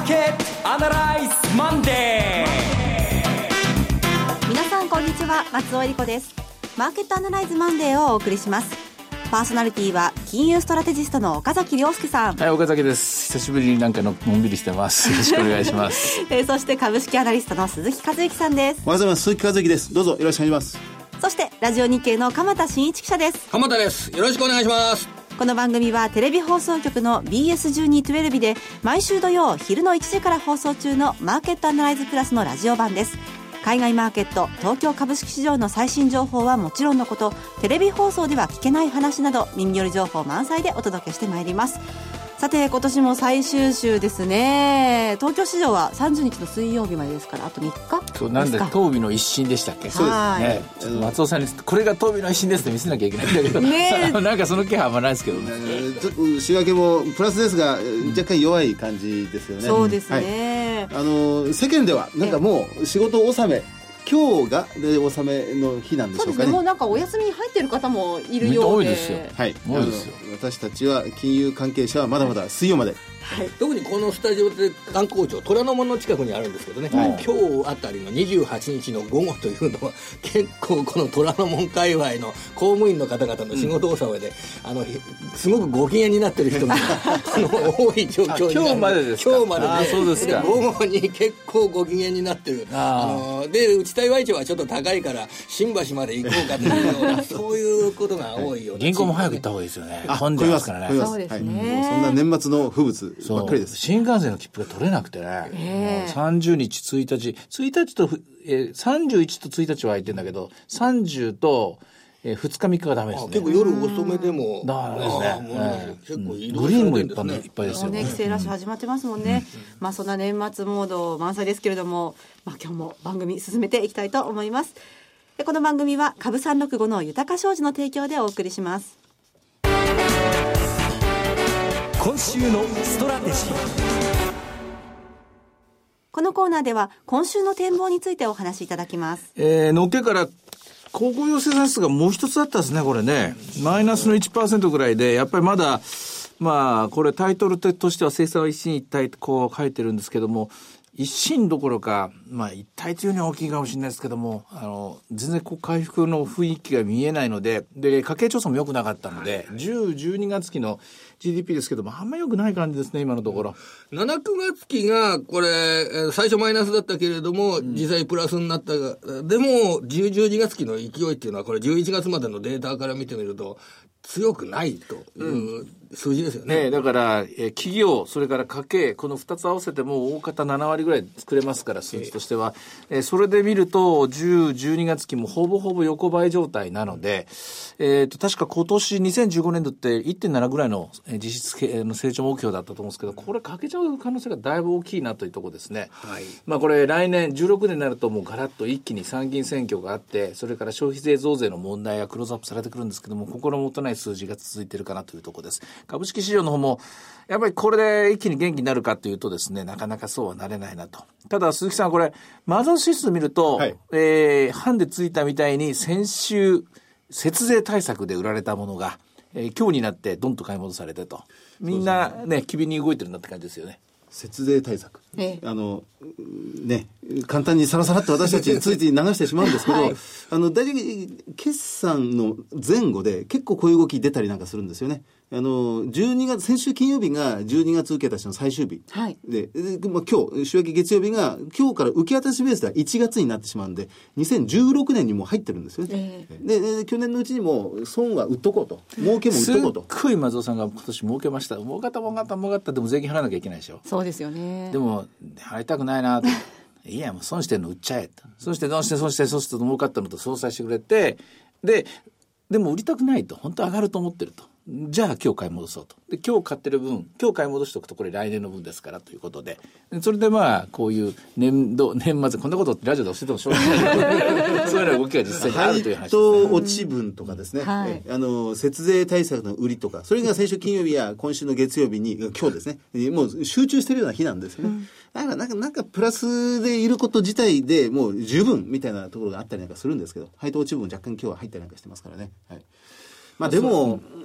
ケットアナライズマンデ皆さんこんにちは、松尾恵理子です。マーケットアナライズマンデーをお送りします。パーソナリティは金融ストラテジストの岡崎亮介さん。 はい、岡崎です。久しぶりになんかのんびりしてます。よろしくお願いしますそして株式アナリストの鈴木和之さんです。 おはようございます。鈴木和之です。どうぞよろしくお願いします。 そしてラジオ日経の鎌田新一記者です。 鎌田です。よろしくお願いします。 この番組はテレビ放送局の BS1212 で毎週土曜昼の1時から放送中のマーケットアナライズプラスのラジオ版です。海外マーケット、東京株式市場の最新情報はもちろんのこと、テレビ放送では聞けない話など耳寄り情報満載でお届けしてまいります。さて今年も最終週ですね。東京市場は30日の水曜日までですからあと3日。 そうなんで東美の一新でしたっけ。 そうですね。ちょっと松尾さんにこれが東美の一新ですって見せなきゃいけないんだけど、ね、なんかその気配あんまないですけどね。 週明けもプラスですが若干弱い感じですよね。 そうですね、 はい、世間ではなんかもう仕事納め、今日が納めの日なんでしょうかね。 そうですね、もうなんかお休みに入ってる方もいるようで。 多いですよ。 はい、 多いですよ。 私たちは金融関係者はまだまだ水曜まで、 はい、特にこのスタジオで観光庁虎ノ門の近くにあるんですけどね、はい、今日あたりの28日の午後というのは結構この虎ノ門界隈の公務員の方々の仕事納めで、すごくご機嫌になってる人が多い状況になる。 今日までですか。 今日までで、 あ、そうですか。 午後に結構ご機嫌になってる。で内田岩市はちょっと高いから新橋まで行こうかというようなそういうことが多いような。 銀行も早く行った方がいいですよね。混んでますからね。 そうですね、 はい、もうそんな年末の風物ばっかりです。 新幹線の切符が取れなくてね、30日1日と、31と1日は空いてるんだけど30と2日3日がダメですね。 結構夜遅めでもダメですね。 結構移動グリーンもいっぱいですよね。 帰省ラッシュ始まってますもんね、まあそんな年末モード満載ですけれども、まあ、今日も番組進めていきたいと思います。でこの番組は株365の豊か商事の提供でお送りします。 今週のストラテジー。 このコーナーでは今週の展望についてお話しいただきます。 のっけから鉱工業生産室がもう一つあったですね。これねマイナスの 1% ぐらいで、やっぱりまだまあこれタイトルとしては生産は一進一退こう書いてるんですけども、一進どころかまあ一体というには大きいかもしれないですけども、全然こう回復の雰囲気が見えないので、家計調査も良くなかったので、10、12月期の GDP ですけどもあんまり良くない感じですね今のところ。 7、9月期がこれ最初マイナスだったけれども、実際プラスになったが、でも10、12月期の勢いっていうのはこれ11月までのデータから見てみると強くないという数字ですよね。 だから企業それから家計この2つ合わせても大方7割ぐらい作れますから数字としては、それで見ると10、12月期もほぼほぼ横ばい状態なので、確か今年2015年度って 1.7 ぐらいの実質の成長目標だったと思うんですけど、これ欠けちゃう可能性がだいぶ大きいなというところですね。 はい、 まあこれ来年16年になるともうガラッと一気に参議院選挙があって、それから消費税増税の問題がクローズアップされてくるんですけども、心もとない数字が続いているかなというところです。株式市場の方もやっぱりこれで一気に元気になるかというとですね、なかなかそうはなれないなと。ただ鈴木さんこれマザー指数見ると、はい、ハンでついたみたいに先週節税対策で売られたものが、今日になってドンと買い戻されてと、みんなね機敏に動いてるなって感じですよね。 節税対策、ね、簡単にサラサラって私たちついつい流してしまうんですけど、はい、大体決算の前後で結構こういう動き出たりなんかするんですよね。12月先週金曜日が12月受け渡しの最終日、はい、で今日週明け月曜日が今日から受け渡しベースでは1月になってしまうんで2016年にもう入ってるんですよね、で去年のうちにも損は売っとこうと、儲けも売っとこうと。 すっごい松尾さんが今年儲けました、儲かったでも税金払わなきゃいけないでしょ。 そうですよね。 でも払いたくないなといやもう損してるの売っちゃえと、そうすると儲かったのと相殺してくれて、でも売りたくないと、本当上がると思ってると、じゃあ今日買い戻そうと。で今日買ってる分今日買い戻しておくとこれ来年の分ですからということで、それでまあこういう年末こんなことってラジオで教えてもしょうがないそういうような動きが実際にあるという話です、ね、 配当落ち分とかですね、はい、節税対策の売りとか、それが先週金曜日や今週の月曜日に今日ですね、もう集中してるような日なんですよね、だからなんかプラスでいること自体でもう十分みたいなところがあったりなんかするんですけど、配当落ち分若干今日は入ったりなんかしてますからね、はい。まあでも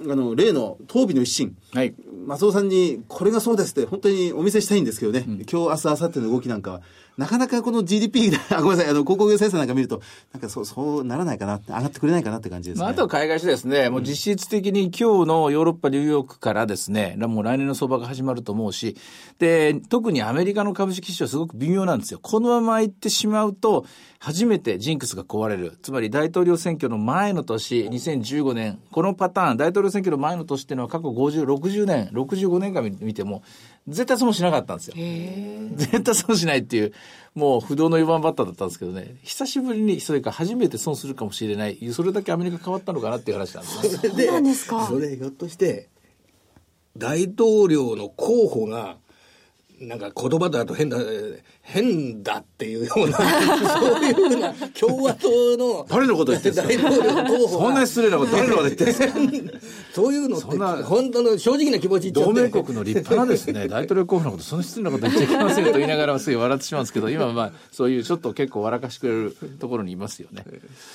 例の東美の一新、 はい、 松尾さんにこれがそうですって本当にお見せしたいんですけどね、今日明日明後日の動きなんかはなかなかこの GDP ごめんなさい、鉱工業生産なんか見るとなんかそうならないかな、上がってくれないかなって感じですね。 あとは海外ですね、もう実質的に今日のヨーロッパニューヨークからですね、もう来年の相場が始まると思うし、で特にアメリカの株式市場すごく微妙なんですよ。このまま行ってしまうと初めてジンクスが壊れる。つまり大統領選挙の前の年2015年、このパターン、大統領選挙の前の年っていうのは過去50、60年65年間見ても絶対損しなかったんですよ。絶対損しないっていう、もう不動の4番バッターだったんですけどね、久しぶりにそれから初めて損するかもしれない、それだけアメリカ変わったのかなっていう話なんですね。 そうなんですか。 それひょっとして大統領の候補がなんか言葉だと変だっていうようなそういうふうな共和党の誰のこと言ってるんですか。 大統領候補がそんな失礼なこと誰のこと言ってるんですか。 そういうのって本当の正直な気持ち言っちゃって、 同盟国の立派なですね大統領候補のことそんな失礼なこと言っちゃいけませんと言いながらすぐ笑ってしまうんですけど、今はまあそういうちょっと結構笑かしてくれるところにいますよね。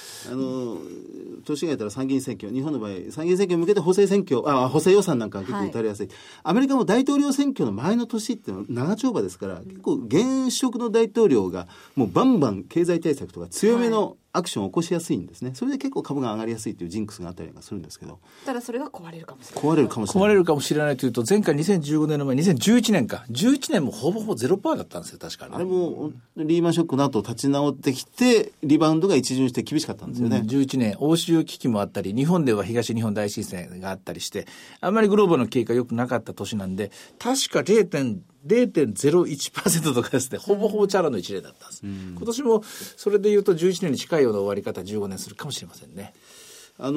年がいたら参議院選挙、日本の場合参議院選挙に向けて補正予算なんかが結構打たれやすい、アメリカも大統領選挙の前の年っていうのは長丁場ですから、結構現職の大統領がもうバンバン経済対策とか強めのアクションを起こしやすいんですね。それで結構株が上がりやすいというジンクスがあったりするんですけど、 ただそれが壊れるかもしれない。 壊れるかもしれないというと、前回2015年の前2011年か11年もほぼほぼ 0% だったんですよ確かに、ね、 あれもリーマンショックの後立ち直ってきてリバウンドが一巡して厳しかったんですよね。 11年欧州危機もあったり、日本では東日本大震災があったりして、あんまりグローバルの経過良くなかった年なんで、確か0.01% とかですね、ほぼほぼチャラの一例だったんです、今年もそれでいうと11年に近いような終わり方15年するかもしれませんね。 今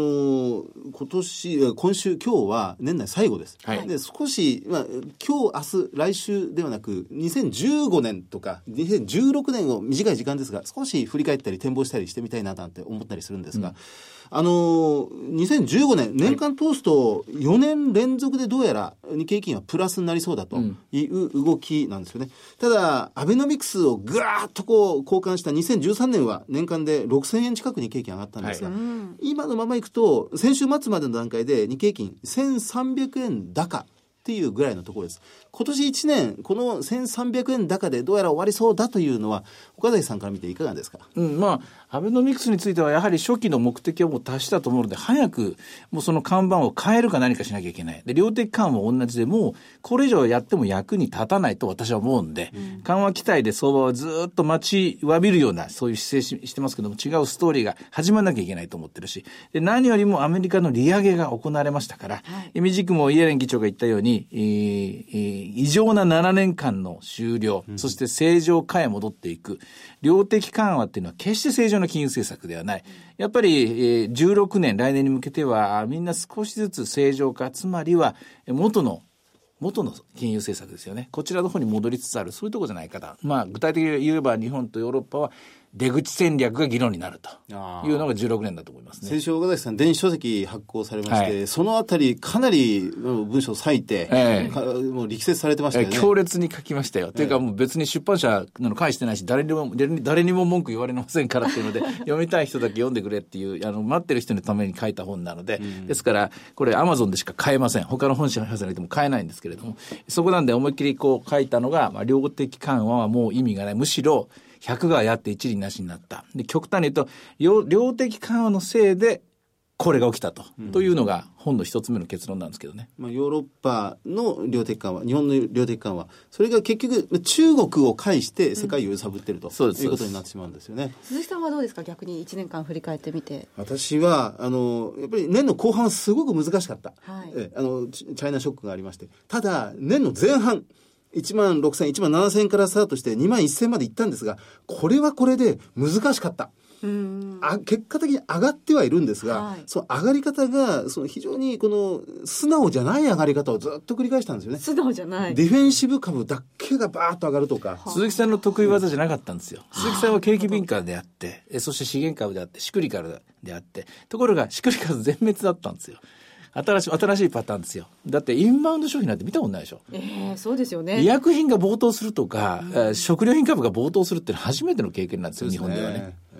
日は年内最後です、はい、で少し、今日明日来週ではなく2015年とか2016年を短い時間ですが少し振り返ったり展望したりしてみたいななんて思ったりするんですが、2015年年間通すと4年連続でどうやら日経平均はプラスになりそうだという動きなんですよね。ただアベノミクスをぐわーっと交換した2013年は年間で6000円近く日経平均上がったんですが、今のままいくと先週末までの段階で日経平均1300円高っていうぐらいのところです。今年1年この1300円高でどうやら終わりそうだというのは岡崎さんから見ていかがですか。 アベノミクスについてはやはり初期の目的をもう達したと思うので、早くもうその看板を変えるか何かしなきゃいけない。で量的緩和も同じで、もうこれ以上やっても役に立たないと私は思うんで、緩和期待で相場はずっと待ちわびるようなそういう姿勢してますけども、違うストーリーが始まらなきゃいけないと思ってるし、で何よりもアメリカの利上げが行われましたから、短くもイエレン議長が言ったように、異常な7年間の終了、そして正常化へ戻っていく。量的緩和っていうのは決して正常な金融政策ではない。やっぱり、16年来年に向けてはみんな少しずつ正常化、つまりは元の金融政策ですよね。こちらの方に戻りつつある、そういうところじゃないかな。具体的に言えば日本とヨーロッパは出口戦略が議論になるというのが16年だと思いますね。 先週岡崎さん電子書籍発行されまして、そのあたりかなり文章を割いて、もう力説されてましたよね。 強烈に書きましたよ。というかもう別に出版社返してないし、誰にも文句言われませんからっていうので読みたい人だけ読んでくれっていう待ってる人のために書いた本なので、ですからこれ Amazon でしか買えません。他の本社の人でも買えないんですけれども、そこなんで思いっきり書いたのが、量的緩和はもう意味がない。むしろ100がやって一理なしになった。で、極端に言うと、量的緩和のせいで、これが起きたというのが本の一つ目の結論なんですけどね。 ヨーロッパの量的緩和、日本の量的緩和、それが結局中国を介して世界を揺さぶっているということになってしまうんですよね。 鈴木さんはどうですか、逆に1年間振り返ってみて。 私はやっぱり年の後半はすごく難しかった、チャイナショックがありまして、ただ年の前半16,000、17,000からスタートして21,000まで行ったんですが、これはこれで難しかった。結果的に上がってはいるんですが、その上がり方が非常にこの素直じゃない上がり方をずっと繰り返したんですよね。 素直じゃない。 ディフェンシブ株だけがバーッと上がるとか。 鈴木さんの得意技じゃなかったんですよ。鈴木さんは景気敏感であって、そして資源株であって、シクリカルであって、ところがシクリカル全滅だったんですよ。新しいパターンですよ。だってインバウンド消費なんて見たことないでしょ。 そうですよね。 医薬品が暴騰するとか、食料品株が暴騰するっていうのは初めての経験なんですよ、日本ではね。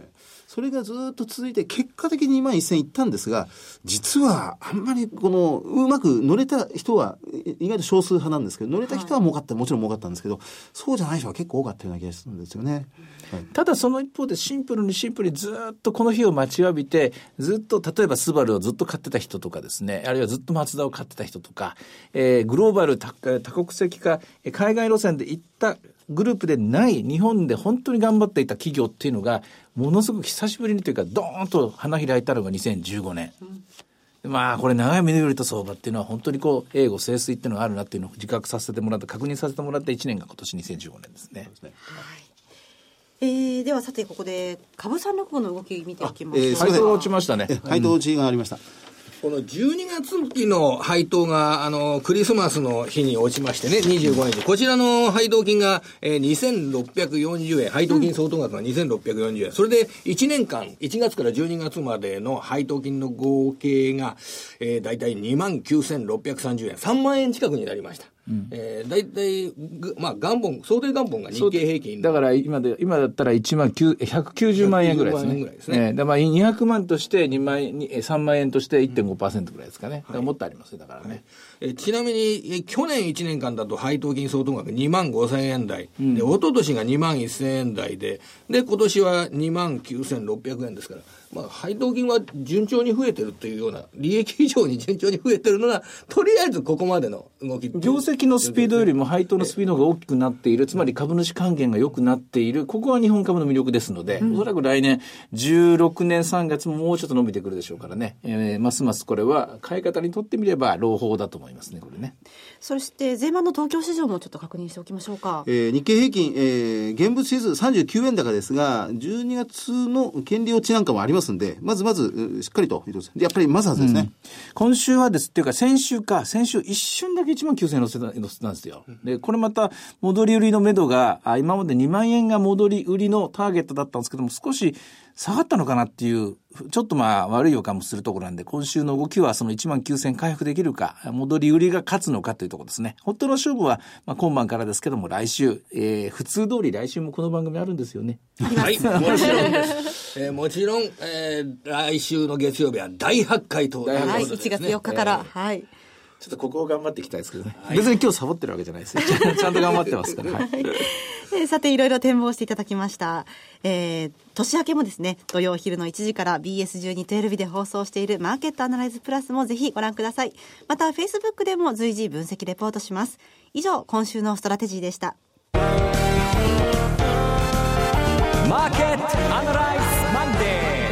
それがずっと続いて、結果的に2万1000いったんですが、実はあんまりうまく乗れた人は意外と少数派なんですけど、乗れた人は儲かった、もちろん儲かったんですけど、そうじゃない人は結構多かったような気がするんですよね。 ただその一方でシンプルにずっとこの日を待ちわびて、ずっと例えばスバルをずっと買ってた人とかですね、あるいはずっとマツダを買ってた人とか、グローバル多国籍化、海外路線で行ったグループでない日本で本当に頑張っていた企業っていうのがものすごく久しぶりにというかドーンと花開いたのが2015年、まあこれ長い目で見ると相場っていうのは本当に英語盛衰っていうのがあるなっていうのを自覚させてもらった、確認させてもらった1年が今年2015年ですね。 ではさてここで株365の動き見ていきましょう。 配当が落ちましたね。 配当落ちがありました。 この12月期の配当がクリスマスの日に落ちましてね、25日、こちらの配当金が、2640円、配当金相当額が2640円、それで1年間1月から12月までの配当金の合計が、だいたい29,630円、3万円近くになりました。だいたい想定元本が日経平均だから今だったら190万円ぐらいですね。だから200万として3万円として 1.5% ぐらいですかね。だからもっとありますよ、だからね。 ちなみに去年1年間だと配当金相当額2万5千円台、で一昨年が2万1千円台で今年は2万9600円ですから、配当金は順調に増えてるというような、利益以上に順調に増えてるのがとりあえずここまでの動き。 業績のスピードよりも配当のスピードが大きくなっている、つまり株主還元が良くなっている、ここは日本株の魅力ですので、おそらく来年16年3月ももうちょっと伸びてくるでしょうからね、ますますこれは買い方にとってみれば朗報だと思いますね、これね。 そして前場の東京市場もちょっと確認しておきましょうか。 日経平均、現物指数39円高ですが、12月の権利落ちなんかもありますんで、まずしっかりとやっぱりまずはですね、 今週はですっていうか先週一瞬だけ1万9000円乗せたんですよ。でこれまた戻り売りの目処が今まで2万円が戻り売りのターゲットだったんですけども、少し下がったのかなっていうちょっと悪い予感もするところなんで、今週の動きはその1万9000回復できるか、戻り売りが勝つのかというところですね。本当の勝負は今晩からですけども、来週、普通通り来週もこの番組あるんですよね。 はい、もちろんです。もちろん、来週の月曜日は大発会ということですね。 1月4日から、はい。 ちょっとここを頑張っていきたいですけどね。別に今日サボってるわけじゃないですよ。ちゃんと頑張ってますから。はい。 さていろいろ展望していただきました。年明けもですね、土曜昼の1時から BS12-12 で放送しているマーケットアナライズプラスもぜひご覧ください。また Facebook でも随時分析レポートします。以上、今週のストラテジーでした。 マーケットアナライズマンデー。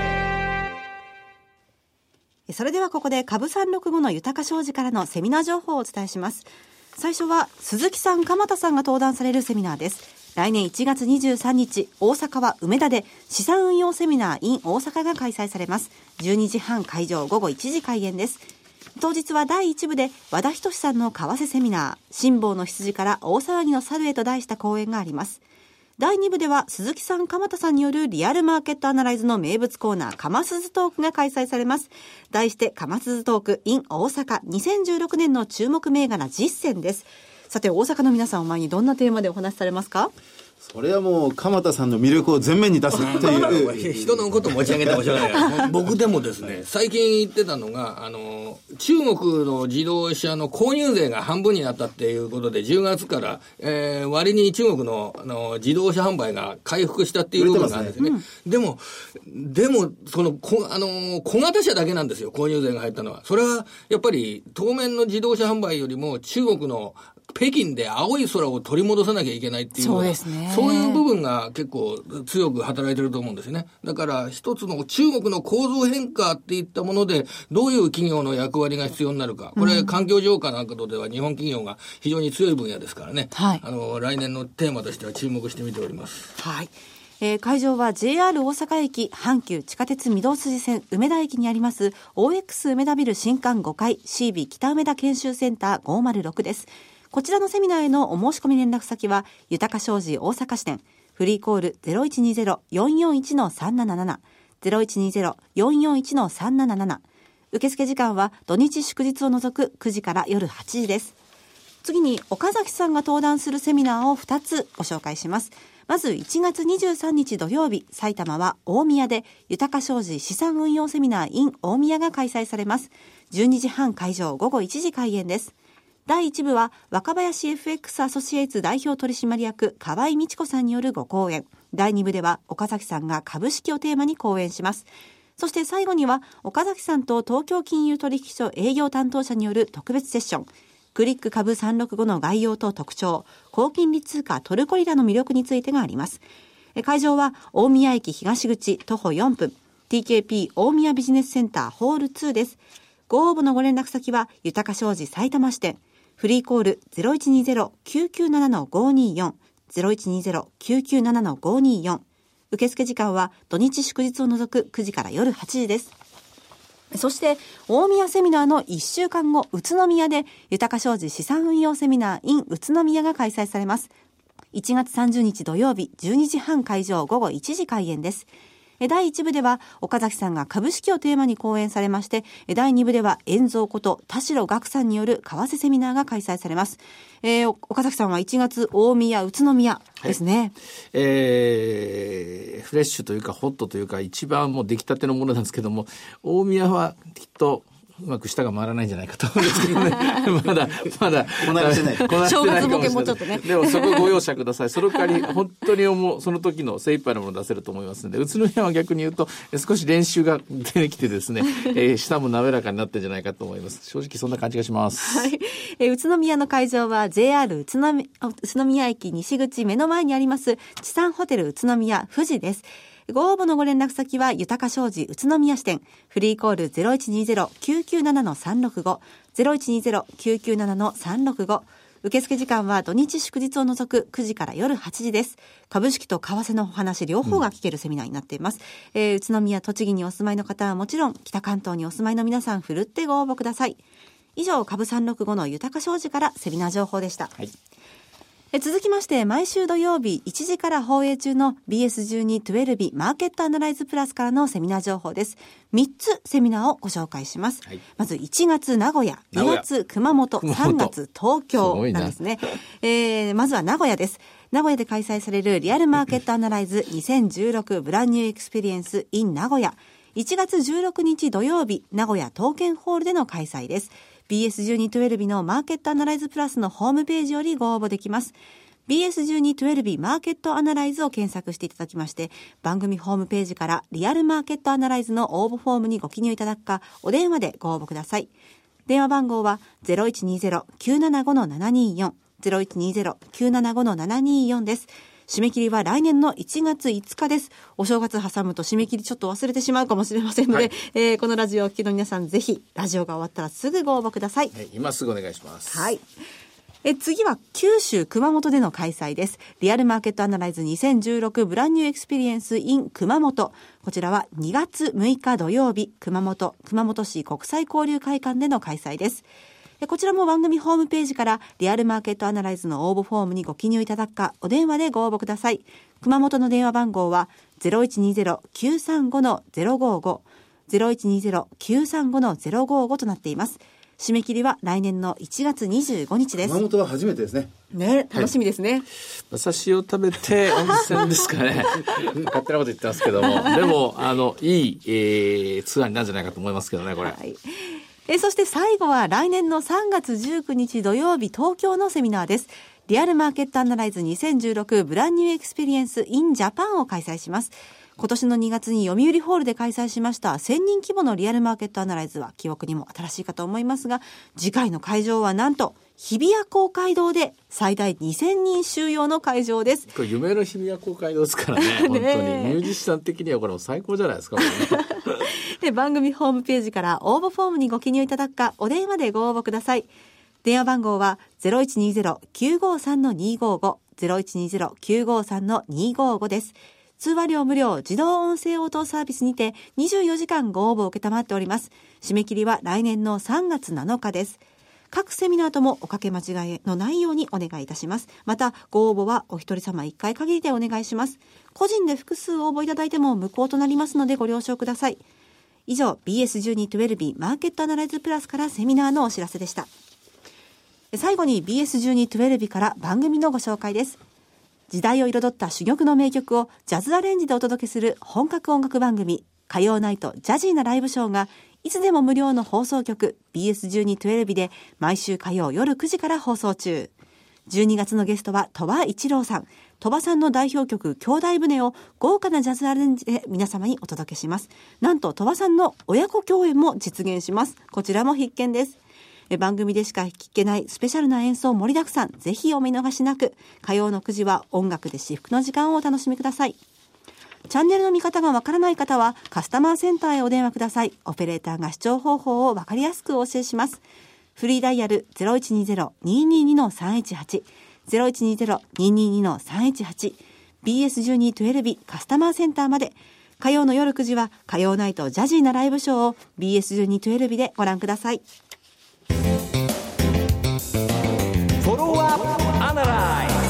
それではここで株365の豊か商事からのセミナー情報をお伝えします。最初は鈴木さん、鎌田さんが登壇されるセミナーです。来年1月23日、大阪は梅田で資産運用セミナー in 大阪が開催されます。12時半会場、午後1時開演です。当日は第1部で和田仁さんの為替セミナー、辛抱の羊から大騒ぎの猿へと題した講演があります。第2部では鈴木さん、鎌田さんによるリアルマーケットアナライズの名物コーナー、かますずトークが開催されます。題してかますずトーク in 大阪2016年の注目銘柄実践です。さて、大阪の皆さんを前にどんなテーマでお話しされますか？ それはもう鎌田さんの魅力を前面に出すっていう人のこと持ち上げてもしょうがない僕でもですね、最近言ってたのが中国の自動車の購入税が半分になったっていうことで、10月から、割に中国の自動車販売が回復したっていう部分があるんですね。でもその小型車だけなんですよ、購入税が入ったのは。それはやっぱり当面の自動車販売よりも中国の北京で青い空を取り戻さなきゃいけないっていう、 そうですね、 そういう部分が結構強く働いてると思うんですね。だから一つの中国の構造変化っていったものでどういう企業の役割が必要になるか、これ環境浄化なんかでは日本企業が非常に強い分野ですからね、はい、来年のテーマとしては注目してみております。 はい。会場は JR 大阪駅阪急地下鉄御堂筋線梅田駅にあります OX 梅田ビル新館5階 CB 北梅田研修センター506です。こちらのセミナーへのお申し込み連絡先は豊か商事大阪支店、フリーコール 0120-441-377 0120-441-377。受付時間は土日祝日を除く9時から夜8時です。 次に岡崎さんが登壇するセミナーを2つご紹介します。まず1月23日土曜日、埼玉は大宮で豊か商事資産運用セミナー in 大宮が開催されます。12時半会場、午後1時開演です。第1部は若林 FX アソシエイツ代表取締役河合美智子さんによるご講演。第2部では岡崎さんが株式をテーマに講演します。そして最後には岡崎さんと東京金融取引所営業担当者による特別セッション。クリック株365の概要と特徴、高金利通貨トルコリラの魅力についてがあります。会場は大宮駅東口徒歩4分、TKP 大宮ビジネスセンターホール2です。ご応募のご連絡先は豊か商事埼玉支店、フリーコール 0120-997-524 0120-997-524。受付時間は土日祝日を除く9時から夜8時です。そして大宮セミナーの1週間後、宇都宮で豊か商事資産運用セミナー in 宇都宮が開催されます。1月30日土曜日、12時半会場、午後1時開演です。第1部では岡崎さんが株式をテーマに講演されまして、第2部では円蔵こと田代岳さんによる為替セミナーが開催されます。岡崎さんは1月大宮、宇都宮ですね。 フレッシュというかホットというか一番もう出来たてのものなんですけども、大宮はきっとうまく舌が回らないんじゃないかと思うんですけどね。まだこなれてない。 正月ボケもちょっとね。 でもそこご容赦ください。その代わり本当にその時の精一杯のものを出せると思いますので、宇都宮は逆に言うと少し練習が出てきてですね、舌も滑らかになってんじゃないかと思います。正直そんな感じがします。 はい。宇都宮の会場は JR 宇都宮駅西口目の前にあります地産ホテル宇都宮富士です。ご応募のご連絡先は豊か商事宇都宮支店、フリーコール 0120-997-365 0120-997-365。受付時間は土日祝日を除く9時から夜8時です。株式と為替のお話両方が聞けるセミナーになっています。宇都宮、栃木にお住まいの方はもちろん、北関東にお住まいの皆さん、ふるってご応募ください。以上、株365の豊か商事からセミナー情報でした。 はい。 続きまして、毎週土曜日1時から放映中の BS12-12 マーケットアナライズプラスからのセミナー情報です。3つセミナーをご紹介します。はい、まず1月名古屋、2月熊本、3月東京なんですね。まずは名古屋です。名古屋で開催されるリアルマーケットアナライズ2016ブランニューエクスペリエンス in 名古屋。1月16日土曜日、名古屋東建ホールでの開催です。BS12-12 のマーケットアナライズプラスのホームページよりご応募できます。BS12-12 マーケットアナライズを検索していただきまして、番組ホームページからリアルマーケットアナライズの応募フォームにご記入いただくか、お電話でご応募ください。電話番号は 0120-975-724 0120-975-724 です。締め切りは来年の1月5日です。お正月挟むと締め切りちょっと忘れてしまうかもしれませんので、はい、このラジオをお聞きの皆さん、ぜひラジオが終わったらすぐご応募ください。 はい、今すぐお願いします。 はい。次は九州熊本での開催です。リアルマーケットアナライズ2016ブランニューエクスペリエンス in 熊本。こちらは2月6日土曜日、熊本市国際交流会館での開催です。こちらも番組ホームページからリアルマーケットアナライズの応募フォームにご記入いただくか、お電話でご応募ください。熊本の電話番号は 0120-935-055 0120-935-055 となっています。締め切りは来年の1月25日です。 熊本は初めてですね。 ね、楽しみですね。 馬刺しを食べて温泉ですかね。勝手なこと言ってますけども、でもいい、ツアーになるんじゃないかと思いますけどね、これ。はい。 そして最後は来年の3月19日土曜日東京のセミナーです。リアルマーケットアナライズ2016ブランニューエクスペリエンス in ジャパンを開催します。今年の2月に読売ホールで開催しました1000人規模のリアルマーケットアナライズは記憶にも新しいかと思いますが、次回の会場はなんと日比谷公会堂で最大2000人収容の会場です。 これ夢の日比谷公会堂ですからね。本当にミュージシャン的にはこれも最高じゃないですか。 で、番組ホームページから応募フォームにご記入いただくか、お電話でご応募ください。電話番号は 0120-953-255 0120-953-255 です。通話料無料自動音声応答サービスにて24時間ご応募を受けたまっております。締め切りは来年の3月7日です。各セミナーともおかけ間違いのないようにお願いいたします。また、ご応募はお一人様1回限りでお願いします。個人で複数応募いただいても無効となりますのでご了承ください。以上、BS12-12 マーケットアナライズプラスからセミナーのお知らせでした。 最後に BS1212 から番組のご紹介です。時代を彩った珠玉の名曲をジャズアレンジでお届けする本格音楽番組、火曜ナイトジャジーなライブショーがいつでも無料の放送局 BS1212 で毎週火曜夜9時から放送中。12月のゲストは鳥羽一郎さん。鳥羽さんの代表曲兄弟船を豪華なジャズアレンジで皆様にお届けします。なんと鳥羽さんの親子共演も実現します。こちらも必見です。番組でしか聞けないスペシャルな演奏盛りだくさん。ぜひお見逃しなく。火曜の9時は音楽で至福の時間をお楽しみください。チャンネルの見方がわからない方はカスタマーセンターへお電話ください。オペレーターが視聴方法をわかりやすくお教えします。フリーダイヤル 0120-222-318 0120-222-318 BS1212 カスタマーセンターまで。火曜の夜9時は火曜ナイトジャジーなライブショーを BS1212 でご覧ください。 フォローアップアナライズ。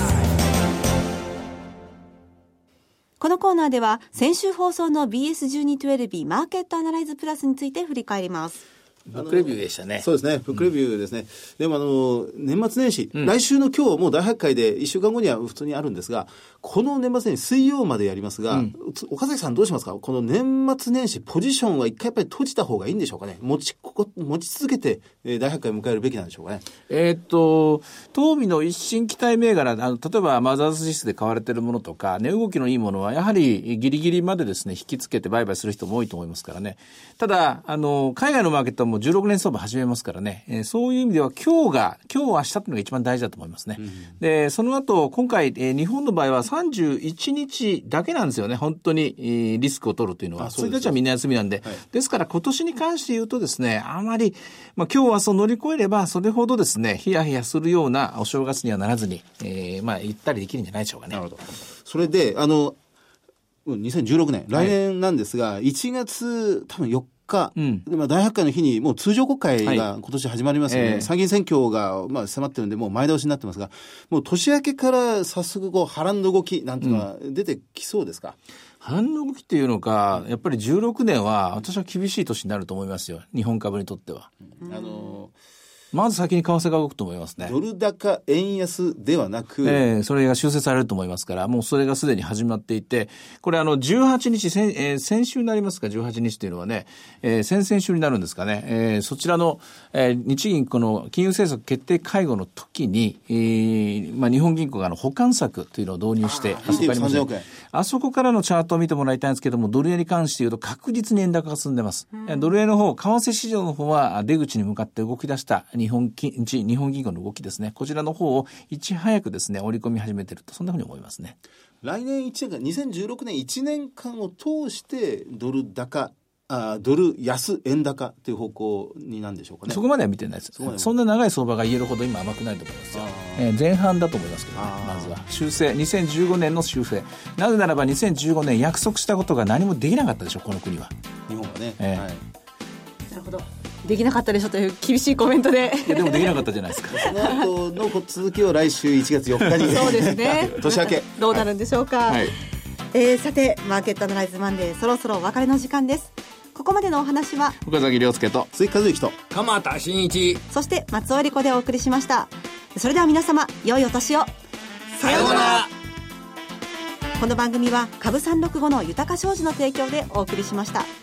このコーナーでは先週放送の BS1212 マーケットアナライズプラスについて振り返ります。 ブックレビューでしたね。 そうですね、ブックレビューですね。でも年末年始、来週の今日もう大発会で1週間後には普通にあるんですが、この年末年始水曜までやりますが、岡崎さんどうしますか？この年末年始ポジションは一回やっぱり閉じた方がいいんでしょうかね。持ち続けて大発会を迎えるべきなんでしょうかね。 当備の一新期待銘柄、例えばマザーズ指数で買われているものとか、値動きのいいものはやはりギリギリまでですね、引きつけて売買する人も多いと思いますからね。ただ、海外のマーケットはもう16年相場始めますからね、そういう意味では今日明日というのが一番大事だと思いますね。で、その後、今回、日本の場合は31日だけなんですよね、本当に、リスクを取るというのは。1日はみんな休みなんで。ですから今年に関して言うとですね、あまり、今日はそう乗り越えれば、それほどですね、ヒヤヒヤするようなお正月にはならずに、ゆったりできるんじゃないでしょうかね。 なるほど。それで、2016年、来年なんですが、1月多分4日、大発会の日にもう通常国会が今年始まりますよね。参議院選挙が迫ってるんでもう前倒しになってますが、もう年明けから早速波乱の動きなんていうのは出てきそうですか？ 波乱の動きっていうのか、やっぱり16年は私は厳しい年になると思いますよ、日本株にとっては。まず先に為替が動くと思いますね。 ドル高円安ではなく、 それが修正されると思いますから、もうそれがすでに始まっていて、これ18日、先週になりますか、18日というのはね、先々週になるんですかね、そちらの、日銀この金融政策決定会合の時に、日本銀行が保管策というのを導入して、あそこからのチャートを見てもらいたいんですけども、ドル円に関して言うと確実に円高が進んでます。ドル円の方、為替市場の方は出口に向かって動き出した日本銀行の動きですね。こちらの方をいち早くですね、織り込み始めていると、そんなふうに思いますね。 来年1年間、2016年1年間を通してドル安、円高という方向になんでしょうかね。 そこまでは見てないです。そんな長い相場が言えるほど今甘くないと思いますよ。前半だと思いますけどね。まずは修正、2015年の修正。なぜならば2015年約束したことが何もできなかったでしょ、この国は。 日本はね。 なるほど。できなかったでしょという厳しいコメントで。 でもできなかったじゃないですか。 その後の続きを来週1月4日に。 そうですね。 年明け。 どうなるんでしょうか。さて、マーケットアナライズマンデー、そろそろお別れの時間です。ここまでのお話は岡崎亮介と鈴木和之と鎌田新一、 そして松尾理子でお送りしました。それでは皆様、良いお年を。 さようなら。 この番組は株365の豊か商事の提供でお送りしました。